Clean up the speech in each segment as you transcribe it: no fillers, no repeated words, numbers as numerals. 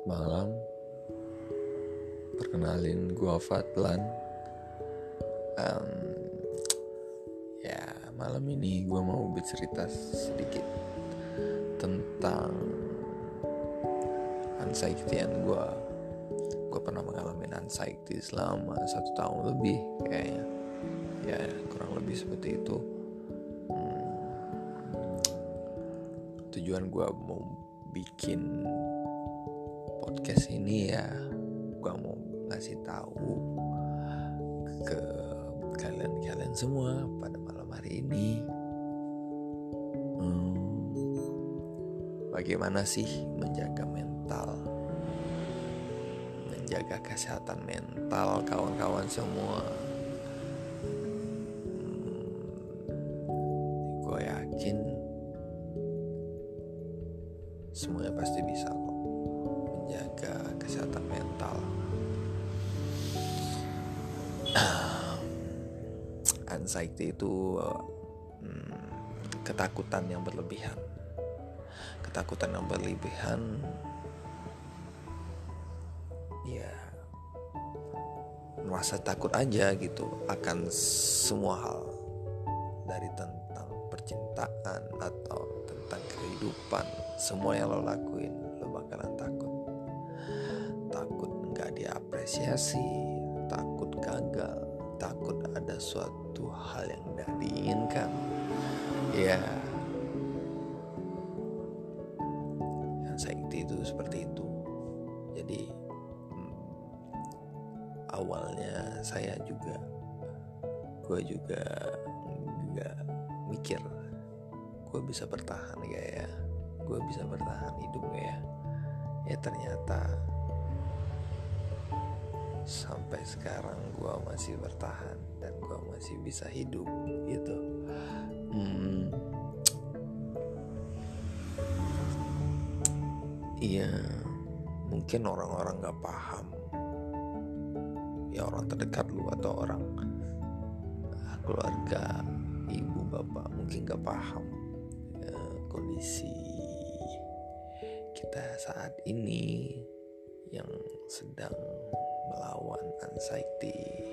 malam. Perkenalin, gua Fadlan. Malam ini gua mau bercerita sedikit tentang anxiety-an gua. Gua pernah mengalami anxiety selama 1 tahun lebih kayaknya. Ya, kurang lebih seperti itu. Tujuan gua mau bikin podcast ini ya, gua mau ngasih tahu ke kalian semua pada malam hari ini, bagaimana sih menjaga mental, menjaga kesehatan mental kawan-kawan semua. Gue yakin semuanya pasti bisa kok menjaga kesehatan mental. Anxiety itu ketakutan yang berlebihan. Ya, merasa takut aja gitu akan semua hal, dari tentang percintaan atau tentang kehidupan. Semua yang lo lakuin lo bakalan takut nggak diapresiasi, takut gagal, takut ada suatu hal yang tidak diinginkan. Ya, anxiety itu seperti itu. Jadi awalnya gue juga nggak mikir gue bisa bertahan gak ya, gue bisa bertahan hidup gak ya. Ya ternyata sampai sekarang gue masih bertahan dan gue masih bisa hidup gitu. Iya, mungkin orang-orang gak paham, ya orang terdekat lu atau orang keluarga, ibu bapak mungkin gak paham kondisi kita saat ini yang sedang melawan anxiety.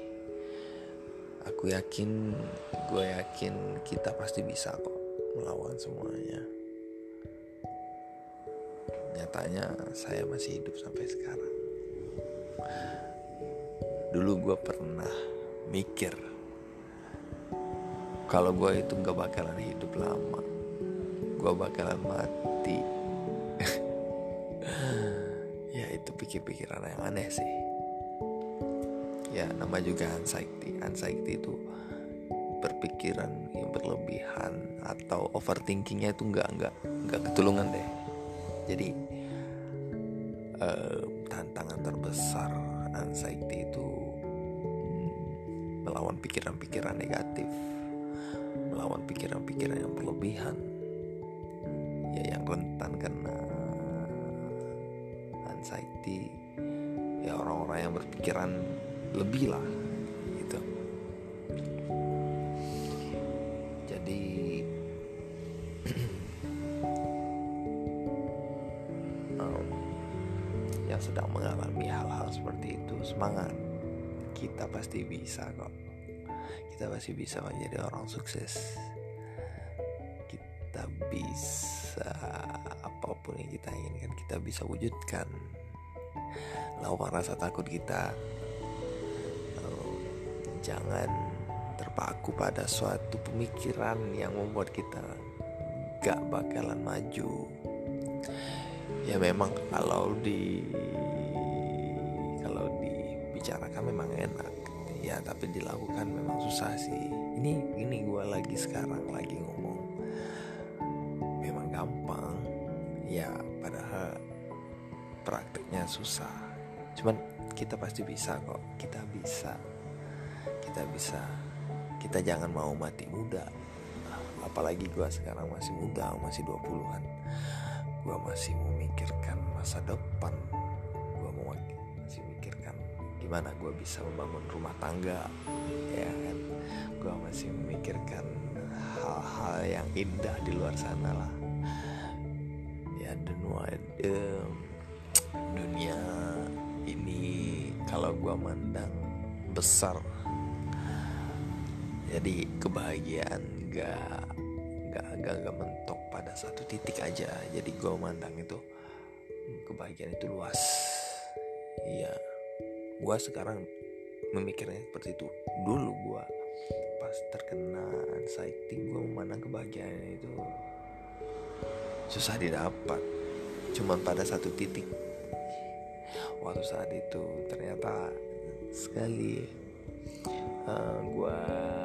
Gue yakin kita pasti bisa kok melawan semuanya. Nyatanya saya masih hidup sampai sekarang. Dulu gue pernah mikir kalau gue itu gak bakalan hidup lama, gue bakalan mati. Ya itu pikir-pikiran yang aneh sih. Ya nama juga anxiety itu berpikiran yang berlebihan atau overthinkingnya itu nggak ketulungan deh. Jadi tantangan terbesar anxiety itu melawan pikiran-pikiran negatif, melawan pikiran-pikiran yang berlebihan, ya yang rentan kena anxiety. Ya orang-orang yang berpikiran lebih lah gitu. Jadi yang sedang mengalami hal-hal seperti itu, semangat. Kita pasti bisa kok. Kita pasti bisa menjadi orang sukses. Kita bisa, apapun yang kita inginkan kita bisa wujudkan. Lawan rasa takut kita. Jangan terpaku pada suatu pemikiran yang membuat kita gak bakalan maju. Ya memang kalau dibicarakan memang enak ya, tapi dilakukan memang susah sih. Ini gue sekarang lagi ngomong memang gampang ya, padahal prakteknya susah. Cuman kita pasti bisa kok. Kita jangan mau mati muda. Apalagi gue sekarang masih muda, masih 20-an. Gue masih memikirkan masa depan. Gue masih memikirkan gimana gue bisa membangun rumah tangga, ya kan. Gue masih memikirkan hal-hal yang indah di luar sana lah. Ya dunia ini kalau gue mandang besar, jadi kebahagiaan gak mentok pada satu titik aja. Jadi gue mandang itu kebahagiaan itu luas. Iya, gue sekarang memikirnya seperti itu. Dulu gue pas terkena anxiety, gue memandang kebahagiaan itu susah didapat, cuman pada satu titik. Waktu saat itu ternyata sekali gue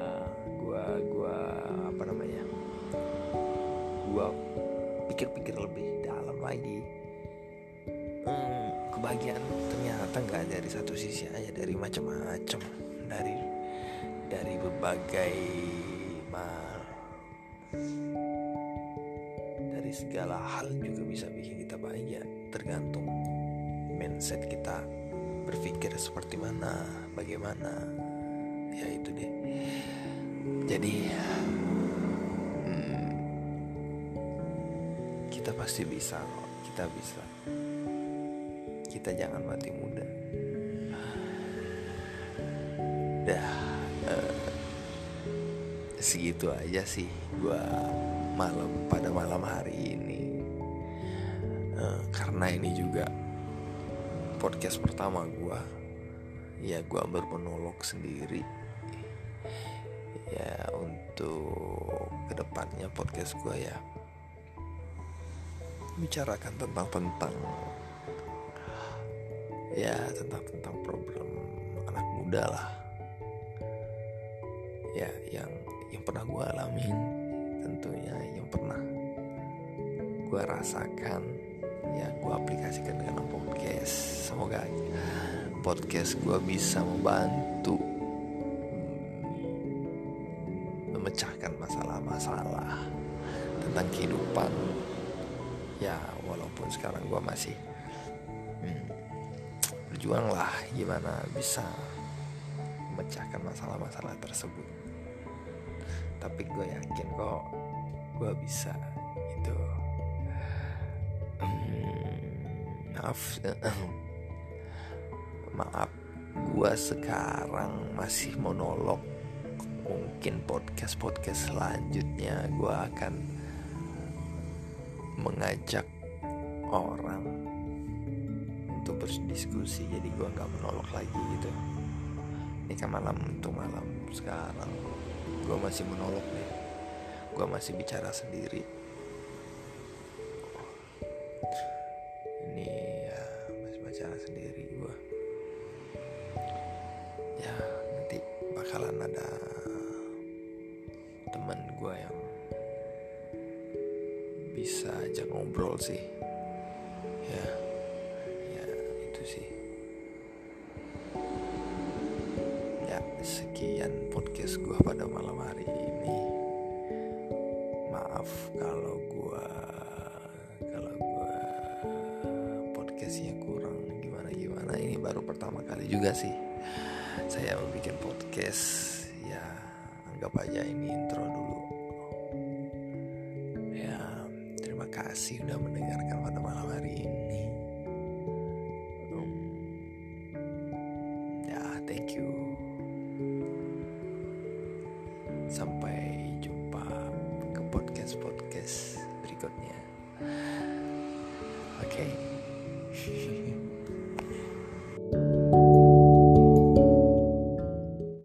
pikir-pikir lebih dalam lagi. Kebahagiaan ternyata nggak dari satu sisi aja, dari macam-macam, dari berbagai dari segala hal juga bisa bikin kita bahagia, tergantung mindset kita berpikir seperti mana, bagaimana, ya itu deh. Jadi kita pasti bisa kok, kita jangan mati muda. Segitu aja sih gua pada malam hari ini, karena ini juga podcast pertama gua. Ya gua bermonolog sendiri. Ya untuk kedepannya podcast gua ya bicarakan tentang problem anak muda lah, ya yang pernah gue alamin, tentunya yang pernah gue rasakan, ya gue aplikasikan dengan podcast. Semoga podcast gue bisa membantu memecahkan masalah-masalah tentang kehidupan. Ya walaupun sekarang gue masih berjuang lah gimana bisa memecahkan masalah-masalah tersebut, tapi gue yakin kok gue bisa gitu. Maaf gue sekarang masih monolog. Mungkin podcast selanjutnya gue akan mengajak orang untuk berdiskusi, jadi gue gak menolok lagi gitu. Ini kan malam sekarang gue masih monolog nih, gue masih bicara sendiri. Ini ya masih bicara sendiri gue. Ya nanti bakalan ada teman gue yang bisa ajak ngobrol sih. Ya itu sih. Ya sekian podcast gue pada malam hari ini. Maaf kalau gue podcastnya kurang gimana. Ini baru pertama kali juga sih saya membuat podcast. Ya anggap aja ini intro dulu. Ya terima kasih udah mendengarkan pada malam hari ini. Ya thank you. Sampai jumpa ke podcast berikutnya. Oke.